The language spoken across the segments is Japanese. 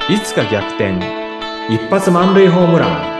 いつか逆転、一発満塁ホームラン。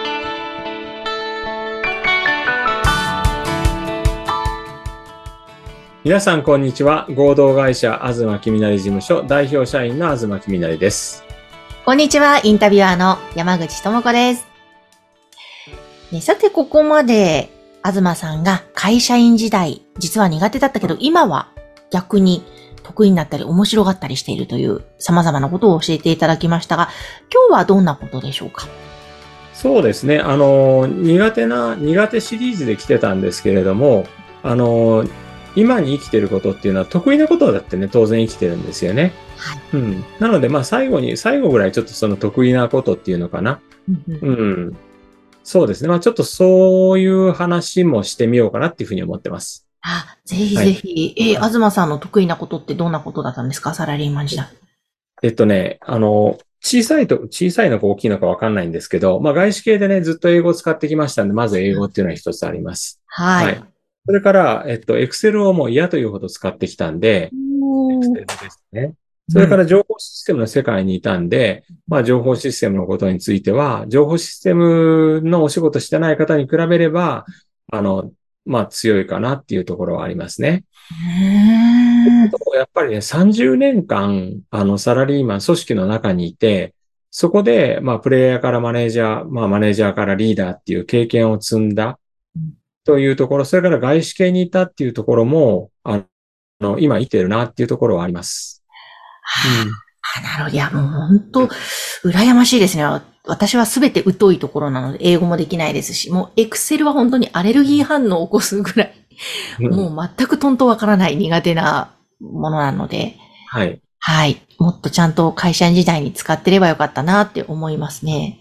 皆さんこんにちは。合同会社東きみなり事務所代表社員の東きみなりです。 こんにちは。インタビュアーの山口智子です。さて、ここまで東さんが会社員時代、実は苦手だったけど、今は逆に得意になったり面白がったりしているという様々なことを教えていただきましたが、今日はどんなことでしょうか？ そうですね。苦手シリーズで来てたんですけれども、今に生きてることっていうのは得意なことだってね、当然生きてるんですよね。 はい。 うん。なので、最後ぐらいちょっとその得意なことっていうのかな。うん。そうですね。ちょっとそういう話もしてみようかなっていうふうに思ってます。 ぜひぜひ、東さんの得意なことってどんなことだったんですか？サラリーマン時代。 小さいのか大きいのかわかんないんですけど、外資系でね、ずっと英語を使ってきましたんで、まず英語っていうのは一つあります。 はい。 それから、Excel をもう嫌というほど使ってきたんで、Excel ですね。それから情報システムの世界にいたんで、情報システムのことについては、情報システムのお仕事してない方に比べれば、強いかなっていうところはありますね。やっぱりね、30年間、サラリーマン、組織の中にいて、そこで、プレイヤーからマネージャー、マネージャーからリーダーっていう経験を積んだというところ、それから外資系にいたっていうところも、今生きてるなっていうところはあります。 なるほど。いや、もう本当、羨ましいですね。私はすべて疎いところなので、英語もできないですし、もうエクセルは本当にアレルギー反応を起こすぐらい、もう全くトントわからない苦手なものなので、 はい。 はい。もっとちゃんと会社員時代に使ってればよかったなって思いますね。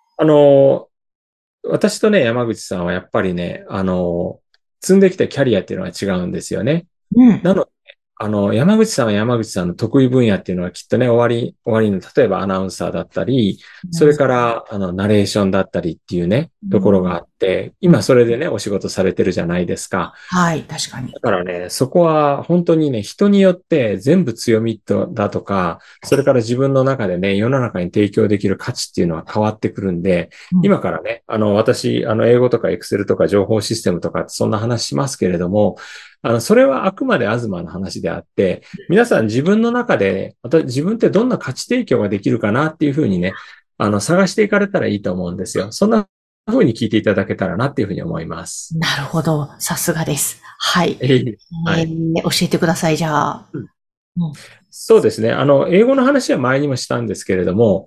私とね、山口さんはやっぱりね、積んできたキャリアっていうのは違うんですよね。なので、山口さんは山口さんの得意分野っていうのはきっとね、終わりの、例えばアナウンサーだったり、それから、ナレーションだったりっていうね、ところがあって、今それでね、お仕事されてるじゃないですか。 はい、確かに。 だからね、そこは本当にね、人によって全部強みだとか、それから自分の中でね、世の中に提供できる価値っていうのは変わってくるんで、今からね、私、英語とかエクセルとか情報システムとかそんな話しますけれども、それはあくまで東の話であって、皆さん自分の中で、自分ってどんな価値提供ができるかなっていうふうにね、探していかれたらいいと思うんですよ。そんな風に聞いていただけたらなっていうふうに思います。 なるほど。さすがです。はい。 はい。 教えてください、じゃあ。 そうですね。英語の話は前にもしたんですけれども、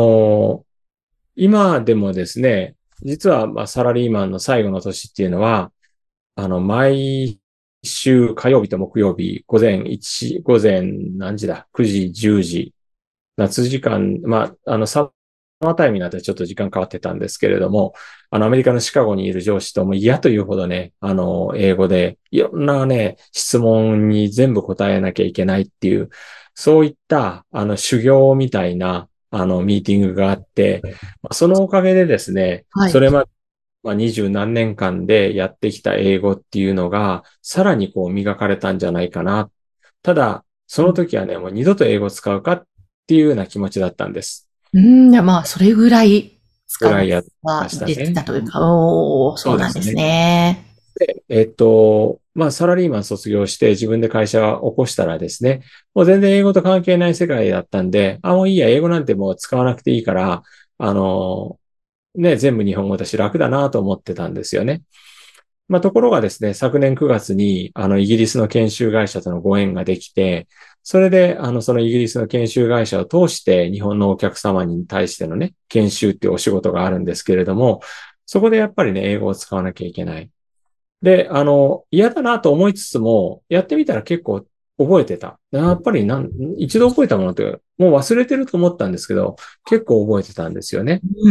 今でもですね、実はサラリーマンの最後の年っていうのは、毎週火曜日と木曜日、午前何時だ ?9 時、10時、夏時間、サマータイムになってちょっと時間変わってたんですけれども、アメリカのシカゴにいる上司とも嫌というほどね、英語でいろんなね、質問に全部答えなきゃいけないっていう、そういった、修行みたいな、ミーティングがあって、そのおかげでですね、 はい。 それまで、20何年間でやってきた英語っていうのが、さらにこう磨かれたんじゃないかな。ただ、その時はね、もう二度と英語を使うかっていうような気持ちだったんです。 それぐらい使うぐらいやってまが出てしたね。 たというか、そうなんですそうですね。 ね。 で、サラリーマン卒業して自分で会社を起こしたらですね、もう全然英語と関係ない世界だったんで、もういいや、英語なんてもう使わなくていいから、あの、全部日本語だし楽だなと思ってたんですよね。ところがですね、昨年9月に、イギリスの研修会社とのご縁ができて、それで、そのイギリスの研修会社を通して、日本のお客様に対してのね、研修っていうお仕事があるんですけれども、そこでやっぱりね、英語を使わなきゃいけない。で、嫌だなと思いつつも、やってみたら結構覚えてた。やっぱり一度覚えたものって、もう忘れてると思ったんですけど、結構覚えてたんですよね。 うん。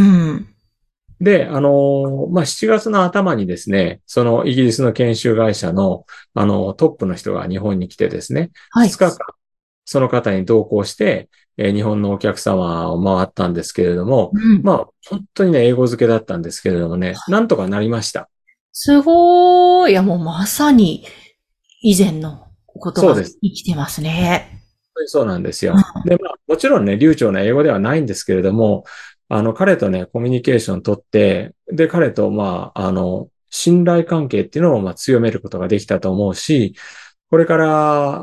で、7月の頭にですね、そのイギリスの研修会社の、トップの人が日本に来てですね、 はい。 2日間、その方に同行して、日本のお客様を回ったんですけれども、 うん。 本当にね、英語漬けだったんですけれどもね、なんとかなりました。 すごーい。いや、もうまさに以前のお言葉がそうです。 生きてますね。 当にそうなんですよ。で、まあ、もちろんね、流暢な英語ではないんですけれども、彼とね、コミュニケーション取って、で、彼と、まあ、信頼関係っていうのを、まあ、強めることができたと思うし、これから、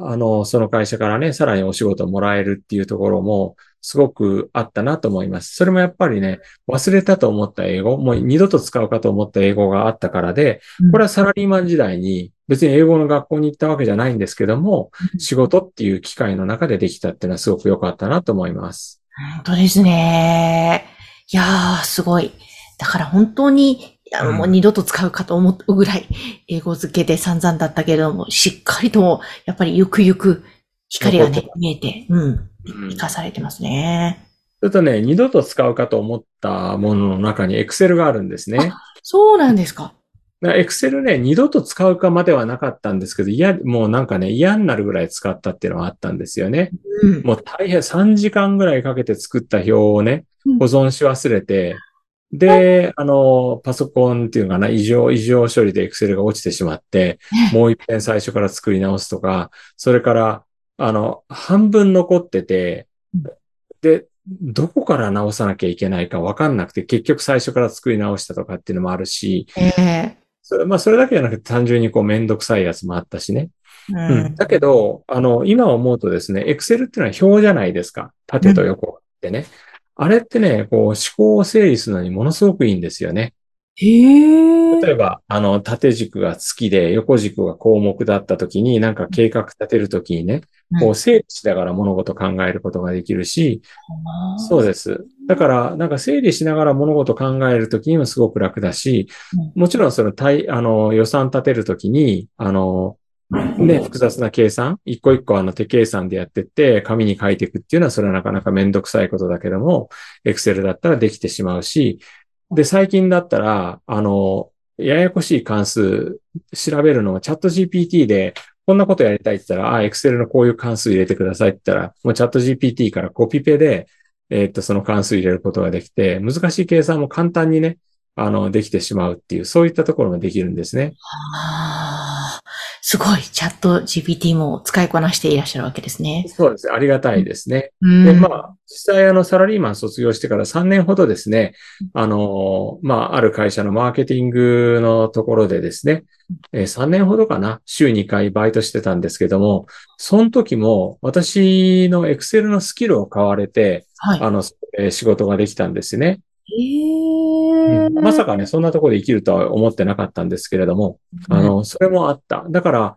その会社からね、さらにお仕事をもらえるっていうところも、すごくあったなと思います。それもやっぱりね、忘れたと思った英語、もう二度と使うかと思った英語があったからで、これはサラリーマン時代に別に英語の学校に行ったわけじゃないんですけども、仕事っていう機会の中でできたっていうのはすごく良かったなと思います。 本当ですね。いやー、すごい。だから本当に、もう二度と使うかと思うぐらい、英語付けで散々だったけれども、しっかりと、やっぱりゆくゆく光がね、見えて、生かされてますね。 ちょっとね、二度と使うかと思ったものの中に Excel があるんですね。 そうなんですか。 エクセルね、二度と使うかまではなかったんですけど、もうなんかね、嫌になるぐらい使ったっていうのがあったんですよね。もう大変3時間ぐらいかけて作った表をね、保存し忘れて、で、パソコンっていうのかな、異常処理でエクセルが落ちてしまって、もう一遍最初から作り直すとか、それから、半分残ってて、で、どこから直さなきゃいけないかわかんなくて、結局最初から作り直したとかっていうのもあるし、それだけじゃなくて単純にこうめんどくさいやつもあったしね。だけど、今思うとですね、Excel っていうのは表じゃないですか。縦と横ってね。あれってね、こう思考を整理するのにものすごくいいんですよね。例えば、縦軸が月で横軸が項目だったときに、なんか計画立てるときにね、こう整理しながら物事考えることができるし、そうです。だから、なんか整理しながら物事考えるときにもすごく楽だし、もちろんその予算立てるときに、複雑な計算、一個一個手計算でやってって、紙に書いていくっていうのは、それはなかなかめんどくさいことだけども、Excel だったらできてしまうし、で、最近だったら、ややこしい関数調べるのをチャット GPT で、こんなことやりたいって言ったら、Excel のこういう関数入れてくださいって言ったら、もうチャット GPT からコピペで、その関数入れることができて、難しい計算も簡単にね、できてしまうっていう、そういったところができるんですね。 すごい、チャット GPT も使いこなしていらっしゃるわけですね。 そうですね。ありがたいですね。で、まあ、実際サラリーマン卒業してから3年ほどですね、ある会社のマーケティングのところでですね、3年ほどかな、週2回バイトしてたんですけども、その時も私の Excel のスキルを買われて、仕事ができたんですね。まさかね、そんなところで生きるとは思ってなかったんですけれども、それもあった。だから、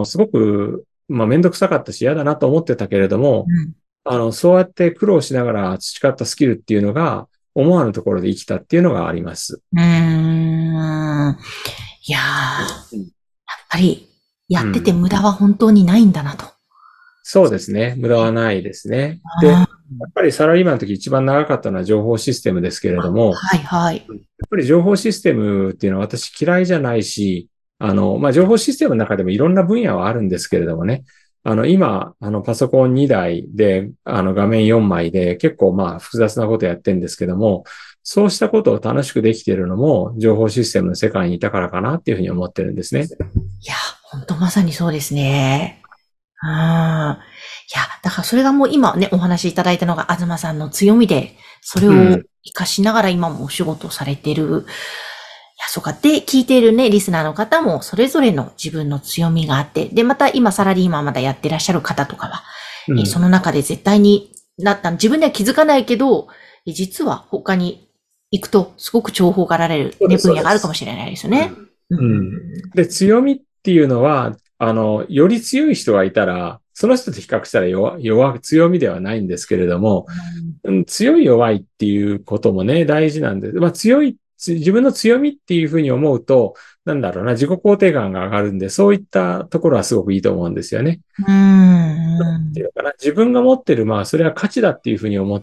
すごく、めんどくさかったし嫌だなと思ってたけれども、そうやって苦労しながら培ったスキルっていうのが、思わぬところで生きたっていうのがあります。 いやー、やっぱり、やってて無駄は本当にないんだなと。 そうですね。無駄はないですね。で、やっぱりサラリーマンの時一番長かったのは情報システムですけれども、やっぱり情報システムっていうのは私嫌いじゃないし、情報システムの中でもいろんな分野はあるんですけれどもね、今、パソコン2台で、画面4枚で結構複雑なことやってるんですけども、そうしたことを楽しくできているのも、情報システムの世界にいたからかなっていうふうに思ってるんですね。 いや、本当まさにそうですね。いや、だからそれがもう今ね、お話しいただいたのが東さんの強みで、それを活かしながら今もお仕事をされてる。いや、そうか。で、聞いているね、リスナーの方もそれぞれの自分の強みがあって、で、また今サラリーマンまだやってらっしゃる方とかは、その中で絶対に自分では気づかないけど、実は他に行くとすごく重宝がられる、ね、分野があるかもしれないですよね。 で、強みっていうのは、より強い人がいたら、その人と比較したら強みではないんですけれども、強い弱いっていうこともね、大事なんで、自分の強みっていうふうに思うと、自己肯定感が上がるんで、そういったところはすごくいいと思うんですよね。っていうかな、自分が持ってる、それは価値だっていうふうに思って、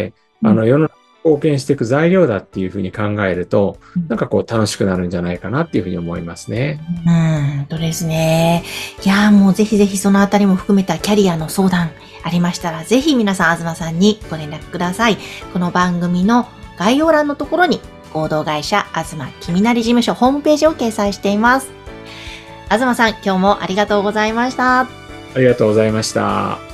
世の中貢献していく材料だっていうふうに考えると、楽しくなるんじゃないかなっていうふうに思いますね。 本当ですね。いやー、もうぜひぜひそのあたりも含めたキャリアの相談ありましたら、ぜひ皆さん、東さんにご連絡ください。この番組の概要欄のところに、合同会社東きみなり事務所ホームページを掲載しています。東さん、今日もありがとうございました。 ありがとうございました。